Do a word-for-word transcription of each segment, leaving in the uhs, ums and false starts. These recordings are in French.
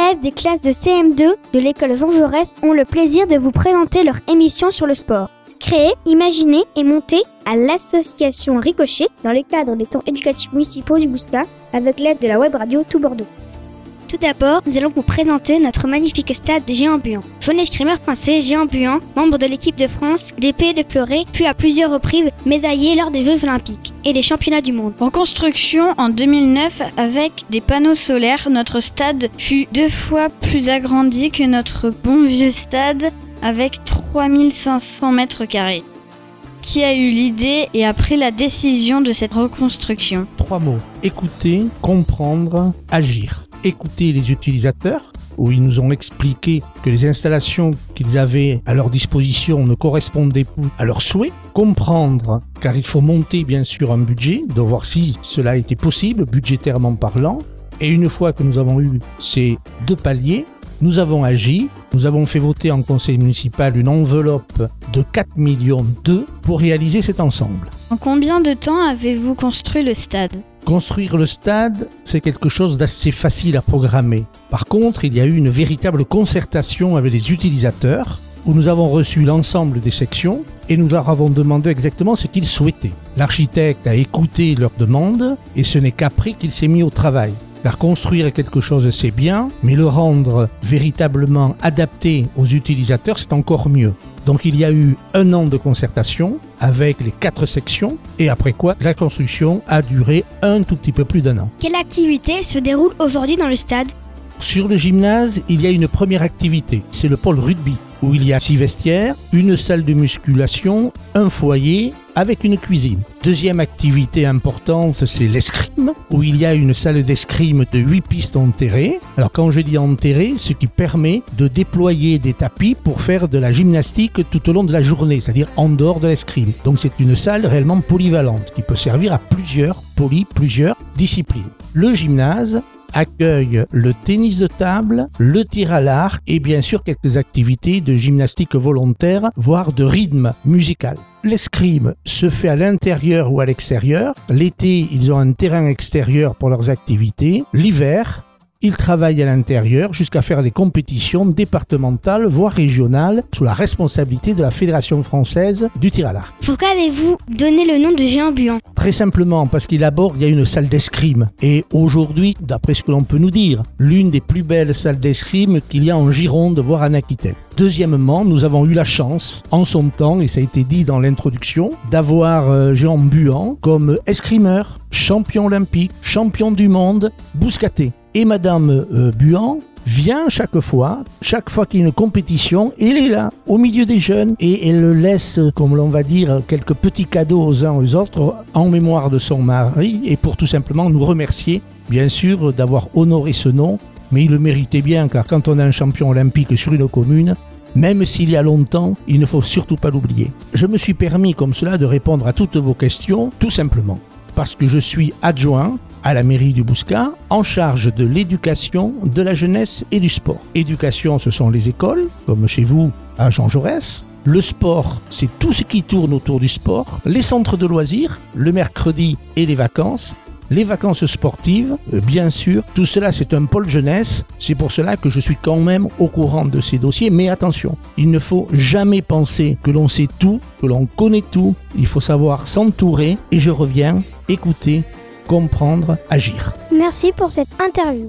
élèves des classes de C M deux de l'école Jean Jaurès ont le plaisir de vous présenter leur émission sur le sport. Créée, imaginée et montée à l'association Ricochet dans le cadre des temps éducatifs municipaux du Bouscat avec l'aide de la web radio Tout Bordeaux. Tout d'abord, nous allons vous présenter notre magnifique stade de Géant-Buan. Jeune escrimeur français Géant-Buan, membre de l'équipe de France des Pays de Pleurer, fut à plusieurs reprises médaillé lors des Jeux Olympiques et des Championnats du monde. En construction en deux mille neuf avec des panneaux solaires, notre stade fut deux fois plus agrandi que notre bon vieux stade avec trois mille cinq cents mètres carrés. Qui a eu l'idée et a pris la décision de cette reconstruction? Trois mots: écouter, comprendre, agir. Écouter les utilisateurs, où ils nous ont expliqué que les installations qu'ils avaient à leur disposition ne correspondaient plus à leurs souhaits. Comprendre, car il faut monter bien sûr un budget, de voir si cela était possible, budgétairement parlant. Et une fois que nous avons eu ces deux paliers, nous avons agi. Nous avons fait voter en conseil municipal une enveloppe de quatre millions d'euros pour réaliser cet ensemble. En combien de temps avez-vous construit le stade ? Construire le stade, c'est quelque chose d'assez facile à programmer. Par contre, il y a eu une véritable concertation avec les utilisateurs où nous avons reçu l'ensemble des sections et nous leur avons demandé exactement ce qu'ils souhaitaient. L'architecte a écouté leurs demandes et ce n'est qu'après qu'il s'est mis au travail. Car construire quelque chose, c'est bien, mais le rendre véritablement adapté aux utilisateurs, c'est encore mieux. Donc il y a eu un an de concertation avec les quatre sections et après quoi la construction a duré un tout petit peu plus d'un an. Quelle activité se déroule aujourd'hui dans le stade ? Sur le gymnase, il y a une première activité, c'est le pôle rugby, où il y a six vestiaires, une salle de musculation, un foyer avec une cuisine. Deuxième activité importante, c'est l'escrime, où il y a une salle d'escrime de huit pistes enterrées. Alors quand je dis enterrées, ce qui permet de déployer des tapis pour faire de la gymnastique tout au long de la journée, c'est-à-dire en dehors de l'escrime. Donc c'est une salle réellement polyvalente, qui peut servir à plusieurs, poly, plusieurs disciplines. Le gymnase accueille le tennis de table, le tir à l'arc et bien sûr quelques activités de gymnastique volontaire, voire de rythme musical. L'escrime se fait à l'intérieur ou à l'extérieur. L'été, ils ont un terrain extérieur pour leurs activités. L'hiver, ils travaillent à l'intérieur jusqu'à faire des compétitions départementales, voire régionales, sous la responsabilité de la Fédération française du tir à l'arc. Pourquoi avez-vous donné le nom de Géant-Buan ? Très simplement parce qu'il aborde, il y a une salle d'escrime. Et aujourd'hui, d'après ce que l'on peut nous dire, l'une des plus belles salles d'escrime qu'il y a en Gironde, voire en Aquitaine. Deuxièmement, nous avons eu la chance, en son temps, et ça a été dit dans l'introduction, d'avoir euh, Géant-Buan comme escrimeur, champion olympique, champion du monde, bouscaté. Et Madame euh, Buan vient chaque fois, chaque fois qu'il y a une compétition, elle est là, au milieu des jeunes, et elle laisse, comme l'on va dire, quelques petits cadeaux aux uns aux autres, en mémoire de son mari, et pour tout simplement nous remercier, bien sûr, d'avoir honoré ce nom, mais il le méritait bien, car quand on a un champion olympique sur une commune, même s'il y a longtemps, il ne faut surtout pas l'oublier. Je me suis permis comme cela de répondre à toutes vos questions, tout simplement, parce que je suis adjoint à la mairie du Bouscat, en charge de l'éducation, de la jeunesse et du sport. Éducation, ce sont les écoles, comme chez vous à Jean Jaurès. Le sport, c'est tout ce qui tourne autour du sport. Les centres de loisirs, le mercredi et les vacances. Les vacances sportives, bien sûr, tout cela c'est un pôle jeunesse, c'est pour cela que je suis quand même au courant de ces dossiers, mais attention, il ne faut jamais penser que l'on sait tout, que l'on connaît tout, il faut savoir s'entourer, et je reviens, écouter, comprendre, agir. Merci pour cette interview.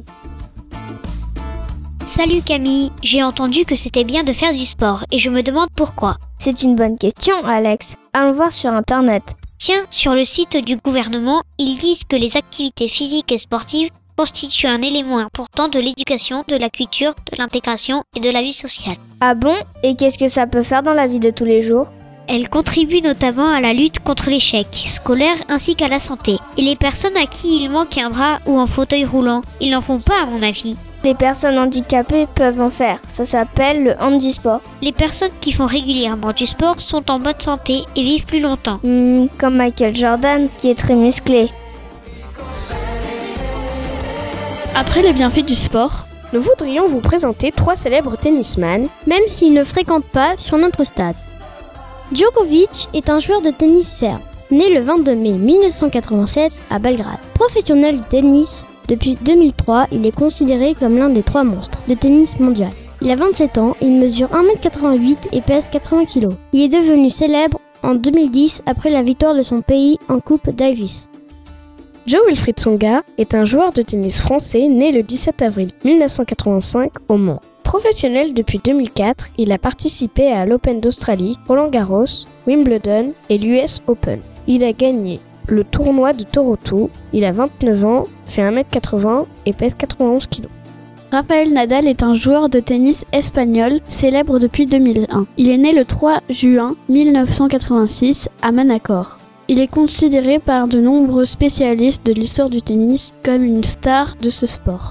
Salut Camille, j'ai entendu que c'était bien de faire du sport et je me demande pourquoi. C'est une bonne question, Alex. Allons voir sur Internet. Tiens, sur le site du gouvernement, ils disent que les activités physiques et sportives constituent un élément important de l'éducation, de la culture, de l'intégration et de la vie sociale. Ah bon ? Et qu'est-ce que ça peut faire dans la vie de tous les jours ? Elles contribuent notamment à la lutte contre l'échec scolaire ainsi qu'à la santé. Et les personnes à qui il manque un bras ou un fauteuil roulant, ils n'en font pas à mon avis. Les personnes handicapées peuvent en faire, ça s'appelle le handisport. Les personnes qui font régulièrement du sport sont en bonne santé et vivent plus longtemps. Mmh, comme Michael Jordan qui est très musclé. Après les bienfaits du sport, nous voudrions vous présenter trois célèbres tennisman, même s'ils ne fréquentent pas sur notre stade. Djokovic est un joueur de tennis serbe, né le vingt-deux mai mille neuf cent quatre-vingt-sept à Belgrade. Professionnel du tennis, Depuis deux mille trois, il est considéré comme l'un des trois monstres de tennis mondial. Il a vingt-sept ans, il mesure un mètre quatre-vingt-huit et pèse quatre-vingts kilos. Il est devenu célèbre en deux mille dix après la victoire de son pays en Coupe Davis. Jo-Wilfried Tsonga est un joueur de tennis français né le dix-sept avril mille neuf cent quatre-vingt-cinq au Mans. Professionnel depuis deux mille quatre, il a participé à l'Open d'Australie, Roland-Garros, Wimbledon et l'U S Open. Il a gagné le tournoi de Toronto. Il a vingt-neuf ans, fait un mètre quatre-vingts et pèse quatre-vingt-onze kilos. Rafael Nadal est un joueur de tennis espagnol célèbre depuis deux mille un. Il est né le trois juin mille neuf cent quatre-vingt-six à Manacor. Il est considéré par de nombreux spécialistes de l'histoire du tennis comme une star de ce sport.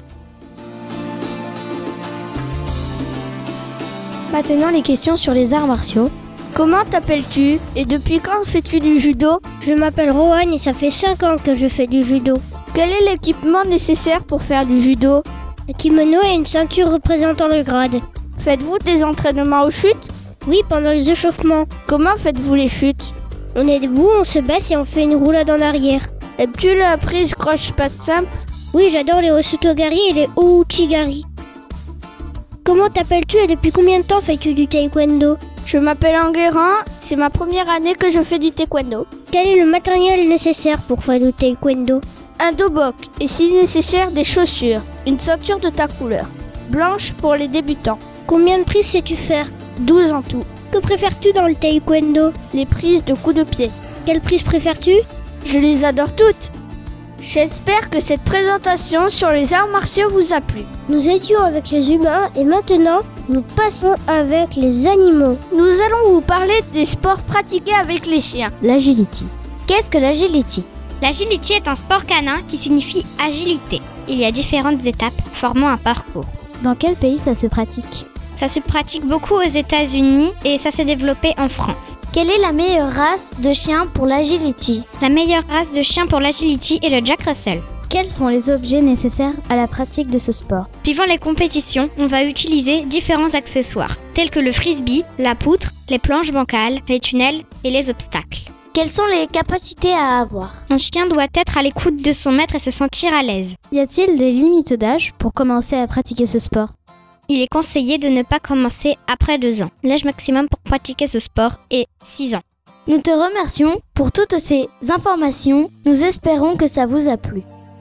Maintenant les questions sur les arts martiaux. Comment t'appelles-tu et depuis quand fais-tu du judo? Je m'appelle Rohan et ça fait cinq ans que je fais du judo. Quel est l'équipement nécessaire pour faire du judo? Un kimono et une ceinture représentant le grade. Faites-vous des entraînements aux chutes? Oui, pendant les échauffements. Comment faites-vous les chutes? On est debout, on se baisse et on fait une roulade en arrière. Aimes-tu la prise croche-patte simple? Oui, j'adore les osutogari et les ouchigari. Comment t'appelles-tu et depuis combien de temps fais-tu du taekwondo? Je m'appelle Enguerrand, c'est ma première année que je fais du taekwondo. Quel est le matériel nécessaire pour faire du taekwondo? Un dobok et si nécessaire des chaussures, une ceinture de ta couleur, blanche pour les débutants. Combien de prises sais-tu faire? douze en tout. Que préfères-tu dans le taekwondo? Les prises de coups de pied. Quelles prises préfères-tu? Je les adore toutes. J'espère que cette présentation sur les arts martiaux vous a plu. Nous étions avec les humains et maintenant nous passons avec les animaux. Nous allons vous parler des sports pratiqués avec les chiens. L'agility. Qu'est-ce que l'agility? L'agility est un sport canin qui signifie agilité. Il y a différentes étapes formant un parcours. Dans quel pays ça se pratique? Ça se pratique beaucoup aux États-Unis et ça s'est développé en France. Quelle est la meilleure race de chien pour l'agility? La meilleure race de chien pour l'agility est le Jack Russell. Quels sont les objets nécessaires à la pratique de ce sport? Suivant les compétitions, on va utiliser différents accessoires, tels que le frisbee, la poutre, les planches bancales, les tunnels et les obstacles. Quelles sont les capacités à avoir? Un chien doit être à l'écoute de son maître et se sentir à l'aise. Y a-t-il des limites d'âge pour commencer à pratiquer ce sport? Il est conseillé de ne pas commencer après deux ans. L'âge maximum pour pratiquer ce sport est six ans. Nous te remercions pour toutes ces informations. Nous espérons que ça vous a plu.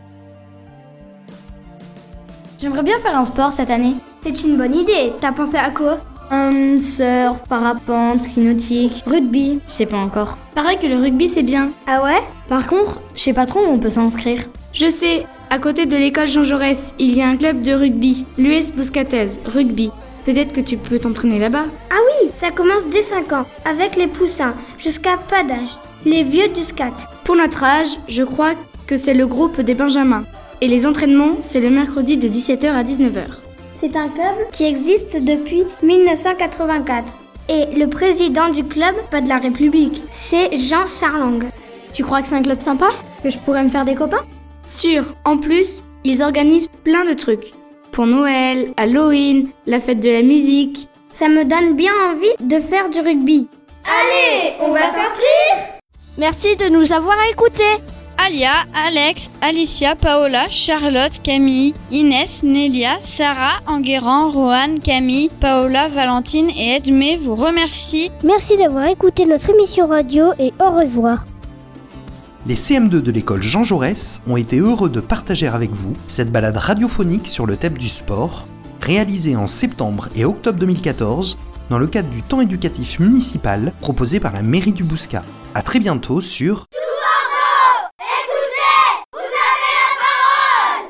J'aimerais bien faire un sport cette année. C'est une bonne idée. T'as pensé à quoi? Hum, surf, parapente, ski nautique, rugby, je sais pas encore. Pareil que le rugby c'est bien. Ah ouais? Par contre, je sais pas trop où on peut s'inscrire. Je sais, à côté de l'école Jean Jaurès, il y a un club de rugby, l'U S Bouscatez, rugby. Peut-être que tu peux t'entraîner là-bas. Ah oui, ça commence dès cinq ans, avec les poussins, jusqu'à pas d'âge. Les vieux du scat. Pour notre âge, je crois que c'est le groupe des Benjamins. Et les entraînements, c'est le mercredi de dix-sept heures à dix-neuf heures. C'est un club qui existe depuis mille neuf cent quatre-vingt-quatre. Et le président du club, pas de la République, c'est Jean Sarlang. Tu crois que c'est un club sympa? Que je pourrais me faire des copains? Sûr, en plus, ils organisent plein de trucs. Pour Noël, Halloween, la fête de la musique. Ça me donne bien envie de faire du rugby. Allez, on va s'inscrire? Merci de nous avoir écoutés. Alia, Alex, Alicia, Paola, Charlotte, Camille, Inès, Nélia, Sarah, Enguerrand, Rohan, Camille, Paola, Valentine et Edmé vous remercient. Merci d'avoir écouté notre émission radio et au revoir. Les C M deux de l'école Jean Jaurès ont été heureux de partager avec vous cette balade radiophonique sur le thème du sport, réalisée en septembre et octobre deux mille quatorze dans le cadre du temps éducatif municipal proposé par la mairie du Bouscat. À très bientôt sur